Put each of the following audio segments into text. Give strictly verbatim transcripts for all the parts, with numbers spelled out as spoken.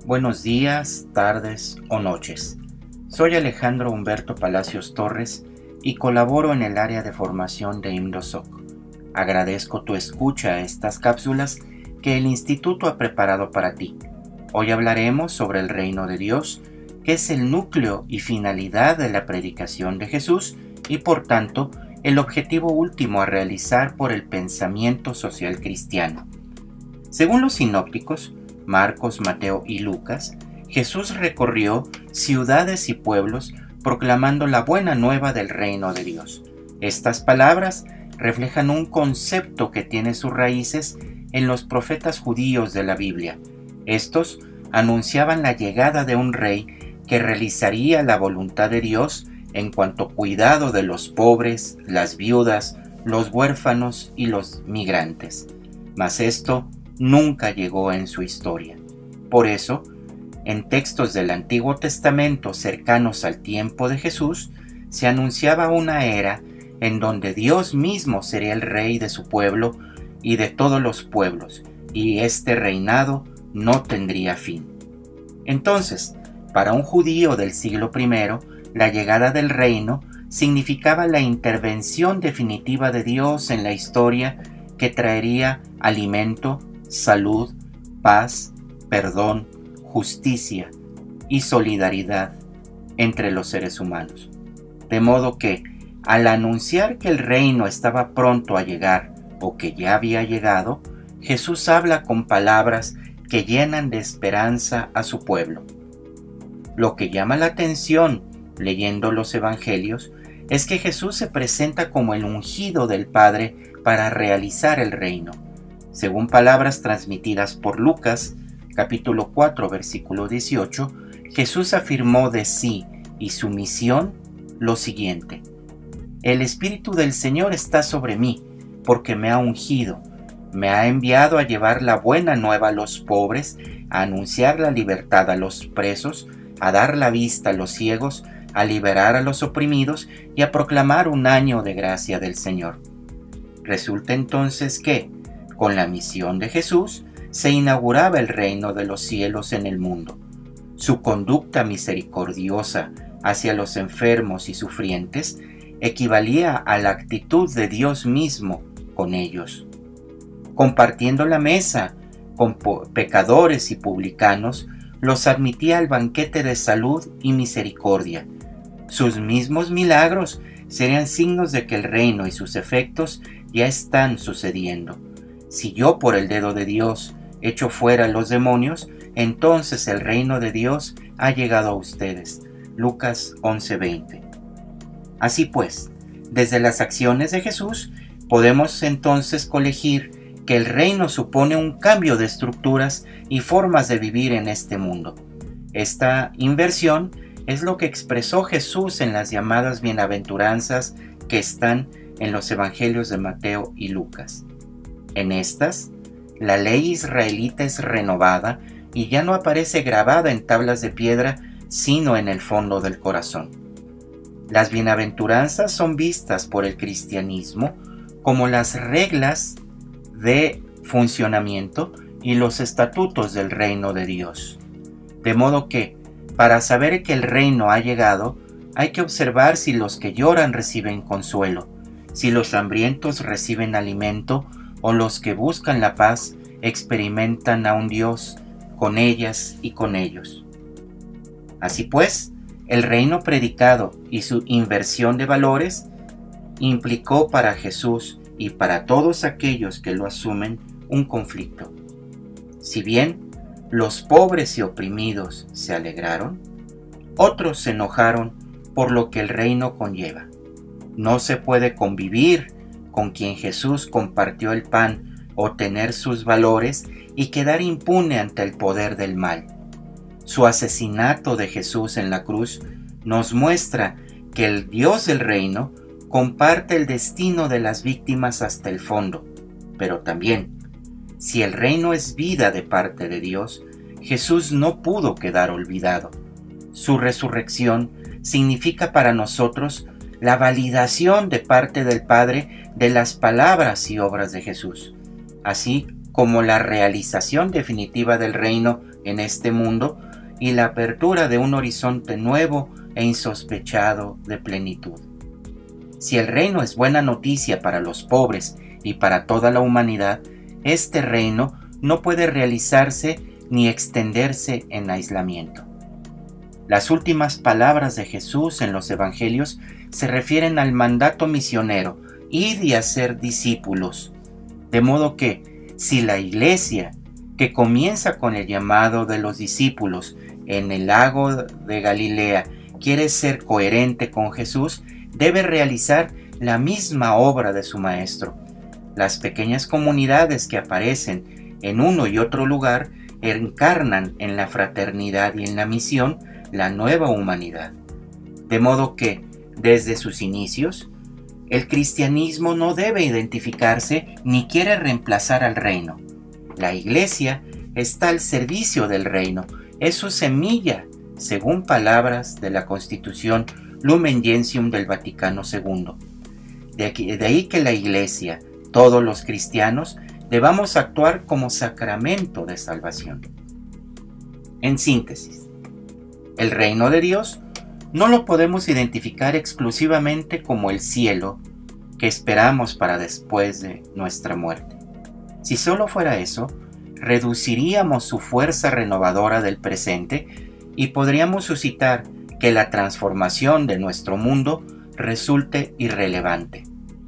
Buenos días, tardes o noches. Soy Alejandro Humberto Palacios Torres y colaboro en el área de formación de IMDOSOC. Agradezco tu escucha a estas cápsulas que el Instituto ha preparado para ti. Hoy hablaremos sobre el reino de Dios, que es el núcleo y finalidad de la predicación de Jesús y por tanto el objetivo último a realizar por el pensamiento social cristiano. Según los sinópticos, Marcos, Mateo y Lucas, Jesús recorrió ciudades y pueblos proclamando la buena nueva del reino de Dios. Estas palabras reflejan un concepto que tiene sus raíces en los profetas judíos de la Biblia. Estos anunciaban la llegada de un rey que realizaría la voluntad de Dios en cuanto cuidado de los pobres, las viudas, los huérfanos y los migrantes. Mas esto nunca llegó en su historia. Por eso, en textos del Antiguo Testamento cercanos al tiempo de Jesús, se anunciaba una era en donde Dios mismo sería el rey de su pueblo y de todos los pueblos, y este reinado no tendría fin. Entonces, para un judío del siglo primero, la llegada del reino significaba la intervención definitiva de Dios en la historia que traería alimento, salud, paz, perdón, justicia y solidaridad entre los seres humanos. De modo que, al anunciar que el reino estaba pronto a llegar o que ya había llegado, Jesús habla con palabras que llenan de esperanza a su pueblo. Lo que llama la atención leyendo los evangelios es que Jesús se presenta como el ungido del Padre para realizar el reino. Según palabras transmitidas por Lucas, capítulo cuatro, versículo dieciocho, Jesús afirmó de sí y su misión lo siguiente: El Espíritu del Señor está sobre mí, porque me ha ungido, me ha enviado a llevar la buena nueva a los pobres, a anunciar la libertad a los presos, a dar la vista a los ciegos, a liberar a los oprimidos y a proclamar un año de gracia del Señor. Resulta entonces que, con la misión de Jesús, se inauguraba el reino de los cielos en el mundo. Su conducta misericordiosa hacia los enfermos y sufrientes equivalía a la actitud de Dios mismo con ellos. Compartiendo la mesa con pecadores y publicanos, los admitía al banquete de salud y misericordia. Sus mismos milagros serían signos de que el reino y sus efectos ya están sucediendo. Si yo por el dedo de Dios echo fuera los demonios, entonces el reino de Dios ha llegado a ustedes. Lucas once veinte. Así pues, desde las acciones de Jesús, podemos entonces colegir que el reino supone un cambio de estructuras y formas de vivir en este mundo. Esta inversión es lo que expresó Jesús en las llamadas bienaventuranzas que están en los evangelios de Mateo y Lucas. En estas, la ley israelita es renovada y ya no aparece grabada en tablas de piedra, sino en el fondo del corazón. Las bienaventuranzas son vistas por el cristianismo como las reglas de funcionamiento y los estatutos del reino de Dios. De modo que, para saber que el reino ha llegado, hay que observar si los que lloran reciben consuelo, si los hambrientos reciben alimento, o los que buscan la paz experimentan a un Dios con ellas y con ellos. Así pues, el reino predicado y su inversión de valores implicó para Jesús y para todos aquellos que lo asumen un conflicto. Si bien los pobres y oprimidos se alegraron, otros se enojaron por lo que el reino conlleva. No se puede convivir con quien Jesús compartió el pan o tener sus valores y quedar impune ante el poder del mal. Su asesinato de Jesús en la cruz nos muestra que el Dios del reino comparte el destino de las víctimas hasta el fondo, pero también, si el reino es vida de parte de Dios, Jesús no pudo quedar olvidado. Su resurrección significa para nosotros la validación de parte del Padre de las palabras y obras de Jesús, así como la realización definitiva del reino en este mundo y la apertura de un horizonte nuevo e insospechado de plenitud. Si el reino es buena noticia para los pobres y para toda la humanidad, este reino no puede realizarse ni extenderse en aislamiento. Las últimas palabras de Jesús en los Evangelios se refieren al mandato misionero, id y hacer discípulos, de modo que si la Iglesia, que comienza con el llamado de los discípulos en el lago de Galilea, quiere ser coherente con Jesús, debe realizar la misma obra de su Maestro. Las pequeñas comunidades que aparecen en uno y otro lugar encarnan en la fraternidad y en la misión la nueva humanidad. De modo que, desde sus inicios, el cristianismo no debe identificarse ni quiere reemplazar al reino. La Iglesia está al servicio del reino, es su semilla, según palabras de la Constitución Lumen Gentium del Vaticano segundo. De, aquí, de ahí que la Iglesia, todos los cristianos, debamos actuar como sacramento de salvación. En síntesis, el reino de Dios no lo podemos identificar exclusivamente como el cielo que esperamos para después de nuestra muerte. Si solo fuera eso, reduciríamos su fuerza renovadora del presente y podríamos suscitar que la transformación de nuestro mundo resulte irrelevante.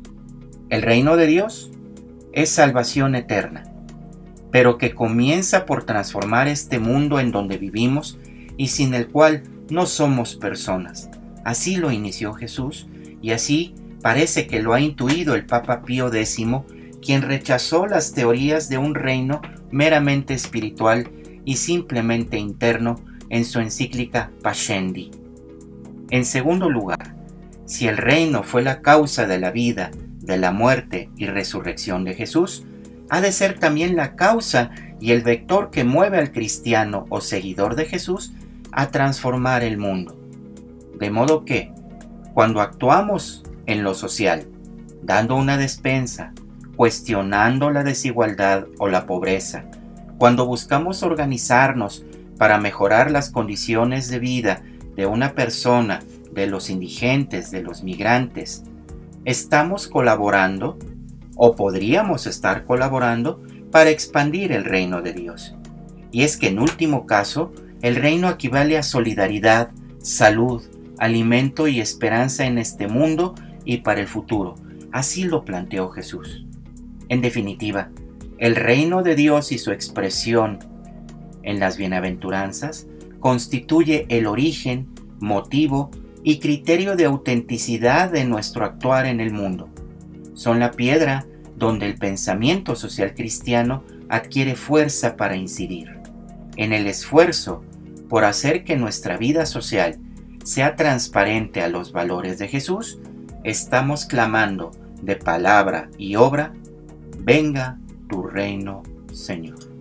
El reino de Dios es salvación eterna, pero que comienza por transformar este mundo en donde vivimos y sin el cual no somos personas. Así lo inició Jesús y así parece que lo ha intuido el Papa Pío décimo, quien rechazó las teorías de un reino meramente espiritual y simplemente interno en su encíclica Pascendi. En segundo lugar, si el reino fue la causa de la vida, de la muerte y resurrección de Jesús, ha de ser también la causa y el vector que mueve al cristiano o seguidor de Jesús a transformar el mundo. De modo que, cuando actuamos en lo social, dando una despensa, cuestionando la desigualdad o la pobreza, cuando buscamos organizarnos para mejorar las condiciones de vida de una persona, de los indigentes, de los migrantes, estamos colaborando o podríamos estar colaborando para expandir el reino de Dios. Y es que en último caso, el reino equivale a solidaridad, salud, alimento y esperanza en este mundo y para el futuro. Así lo planteó Jesús. En definitiva, el reino de Dios y su expresión en las bienaventuranzas constituye el origen, motivo y criterio de autenticidad de nuestro actuar en el mundo. Son la piedra donde el pensamiento social cristiano adquiere fuerza para incidir. En el esfuerzo por hacer que nuestra vida social sea transparente a los valores de Jesús, estamos clamando de palabra y obra: venga tu reino, Señor.